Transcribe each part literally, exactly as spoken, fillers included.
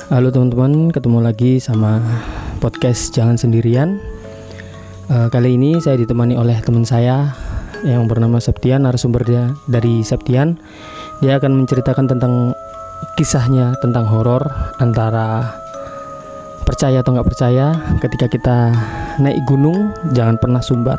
Halo teman-teman, ketemu lagi sama podcast Jangan Sendirian. uh, Kali ini saya ditemani oleh teman saya yang bernama Septian, narasumbernya dari Septian. Dia akan menceritakan tentang kisahnya tentang horor, antara percaya atau nggak percaya. Ketika kita naik gunung, jangan pernah sumbar.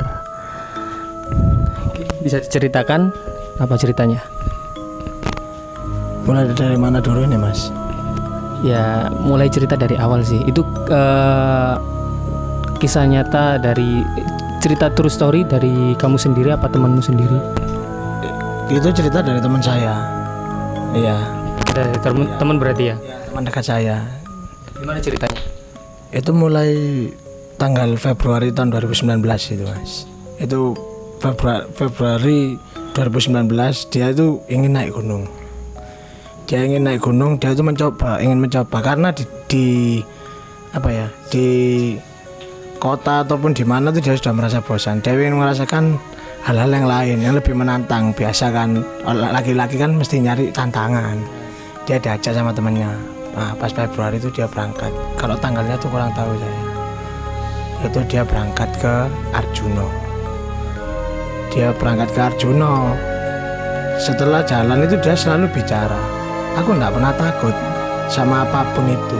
Oke, bisa diceritakan apa ceritanya? Mulai dari mana dulu nih mas? Ya mulai cerita dari awal sih. Itu uh, kisah nyata dari cerita true story dari kamu sendiri apa temanmu sendiri? Itu cerita dari teman saya. Iya. Dari teman ya. Teman berarti ya? Ya, teman dekat saya. Gimana ceritanya? Itu mulai tanggal Februari tahun dua ribu sembilan belas itu mas. Itu Februari, Februari dua ribu sembilan belas dia itu ingin naik gunung. Dia ingin naik gunung, dia itu mencoba, ingin mencoba karena di, di apa ya, di kota ataupun di mana tuh dia sudah merasa bosan. Dia ingin merasakan hal-hal yang lain, yang lebih menantang. Biasa kan laki-laki kan mesti nyari tantangan. Dia diajak sama temennya. Nah, pas Februari itu dia berangkat. Kalau tanggalnya tuh kurang tahu saya. Itu dia berangkat ke Arjuno. Dia berangkat ke Arjuno. Setelah jalan itu dia selalu bicara. Aku enggak pernah takut sama apapun itu.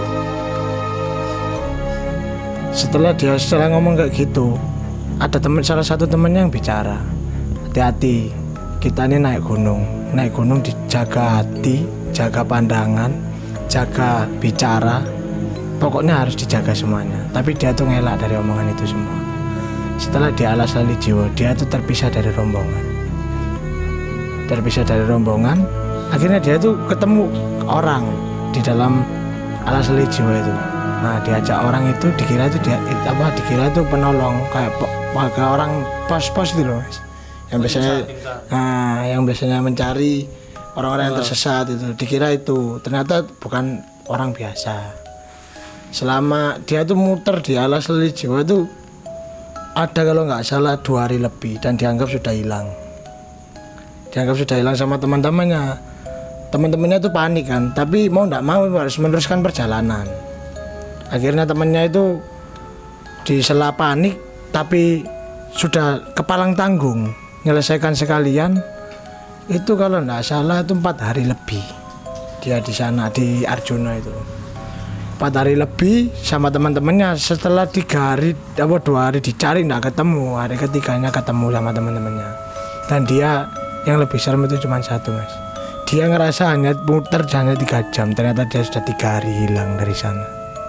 Setelah dia setelah ngomong kayak gitu, ada teman salah satu temannya yang bicara, hati-hati, kita ini naik gunung, naik gunung dijaga hati, jaga pandangan, jaga bicara, pokoknya harus dijaga semuanya. Tapi dia tuh ngelak dari omongan itu semua. Setelah dia alas lali jiwa, dia tuh terpisah dari rombongan, terpisah dari rombongan. Akhirnya dia tuh ketemu orang di dalam alas lali jiwa itu. Nah, diajak orang itu dikira itu dia apa dikira itu penolong, kayak kayak orang pos-pos itu loh mas. Yang biasanya nah, yang biasanya mencari orang-orang yang tersesat itu, dikira itu. Ternyata bukan orang biasa. Selama dia tuh muter di alas lali jiwa itu ada kalau nggak salah dua hari lebih, dan dianggap sudah hilang. Dianggap sudah hilang sama teman-temannya. Teman-temannya tuh panik kan, tapi mau nggak mau harus meneruskan perjalanan. Akhirnya temannya itu di sela panik, tapi sudah kepalang tanggung menyelesaikan sekalian. Itu kalau nggak salah itu empat hari lebih dia di sana di Arjuno itu. Empat hari lebih sama teman-temannya. Setelah tiga hari atau dua hari dicari nggak ketemu, hari ketiganya ketemu sama teman-temannya. Dan dia yang lebih serem itu cuma satu mas. Dia ngerasa hanya muter hanya tiga jam, ternyata dia sudah tiga hari hilang dari sana.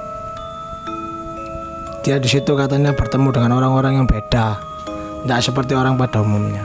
Dia di situ katanya bertemu dengan orang-orang yang beda, tidak seperti orang pada umumnya.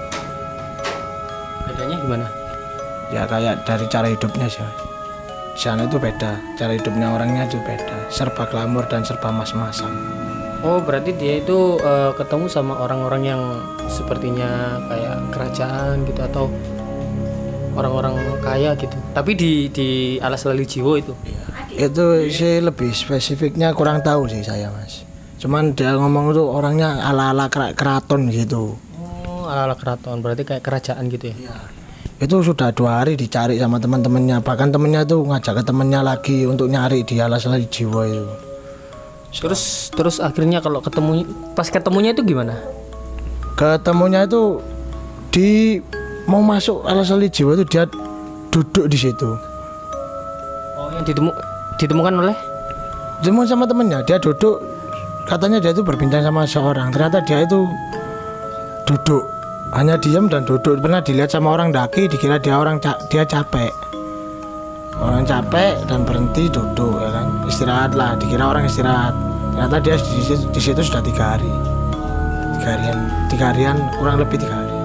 Bedanya gimana? Ya kayak dari cara hidupnya sih. Di sana itu beda, cara hidupnya orangnya itu beda, serba glamor dan serba mas-masan. Oh berarti dia itu uh, ketemu sama orang-orang yang sepertinya kayak kerajaan gitu atau orang-orang kaya gitu, tapi di di alas lali jiwa itu. Itu sih lebih spesifiknya kurang tahu sih saya mas. Cuman dia ngomong itu orangnya ala-ala keraton gitu. Oh ala-ala keraton, berarti kayak kerajaan gitu ya? Iya. Itu sudah dua hari dicari sama teman-temannya, bahkan temannya tuh ngajak ke temannya lagi untuk nyari di alas lali jiwa itu. Terus terus akhirnya kalau ketemu, pas ketemunya itu gimana? Ketemunya itu di mau masuk alas lali jiwa itu dia duduk di situ. Oh yang ditemu ditemukan oleh? Ditemukan sama temennya, dia duduk. Katanya dia itu berbincang sama seorang. Ternyata dia itu duduk, hanya diam dan duduk. Pernah dilihat sama orang daki, dikira dia orang dia capek. Orang capek dan berhenti duduk, ya kan? Istirahat lah, dikira orang istirahat. Ternyata dia di situ, di situ sudah tiga hari. Tiga harian, tiga harian kurang lebih tiga hari.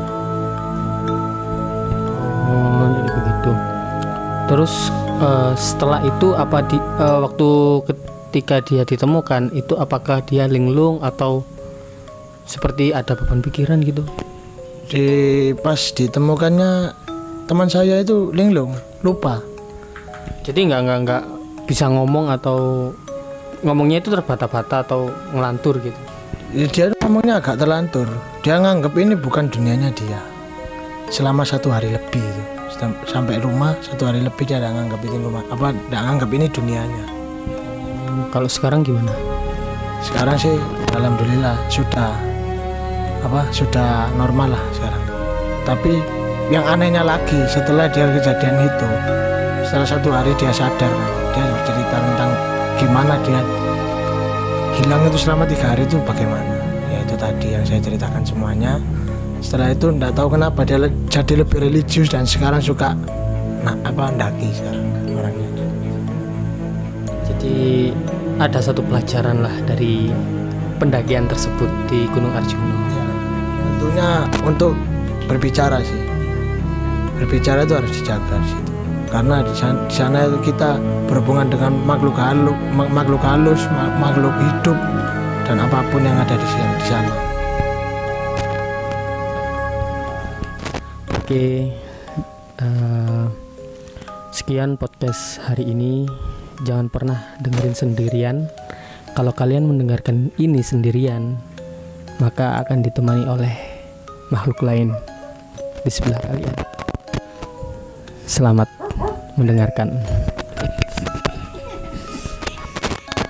Oh jadi begitu. Terus uh, setelah itu apa di uh, waktu ketika dia ditemukan itu apakah dia linglung atau seperti ada beban pikiran gitu? Di pas ditemukannya teman saya itu linglung, lupa. Jadi nggak nggak nggak bisa ngomong atau ngomongnya itu terbata-bata atau ngelantur gitu? Ya, dia ngomongnya agak terlantur. Dia nganggap ini bukan dunianya dia. Selama satu hari lebih itu. Sampai rumah satu hari lebih dia tidak nganggap itu rumah, apa tidak nganggap ini dunianya. Kalau sekarang gimana? Sekarang sih alhamdulillah sudah apa sudah normal lah sekarang. Tapi yang anehnya lagi setelah dia kejadian itu, setelah satu hari dia sadar kan, dia cerita tentang gimana dia hilang itu selama tiga hari itu bagaimana. Ya itu tadi yang saya ceritakan semuanya. Setelah itu enggak tahu kenapa dia le- jadi lebih religius dan sekarang suka nah apa ndaki sekarang orangnya. Jadi ada satu pelajaran lah dari pendakian tersebut di Gunung Arjuna. Ya, tentunya untuk berbicara sih, berbicara itu harus dijaga di situ. Karena di sana, di sana itu kita berhubungan dengan makhluk halus, makhluk halus, makhluk hidup dan apapun yang ada di sana. Di sana. Oke, uh, sekian podcast hari ini. Jangan pernah dengerin sendirian. Kalau kalian mendengarkan ini sendirian, maka akan ditemani oleh makhluk lain di sebelah kalian. Selamat mendengarkan.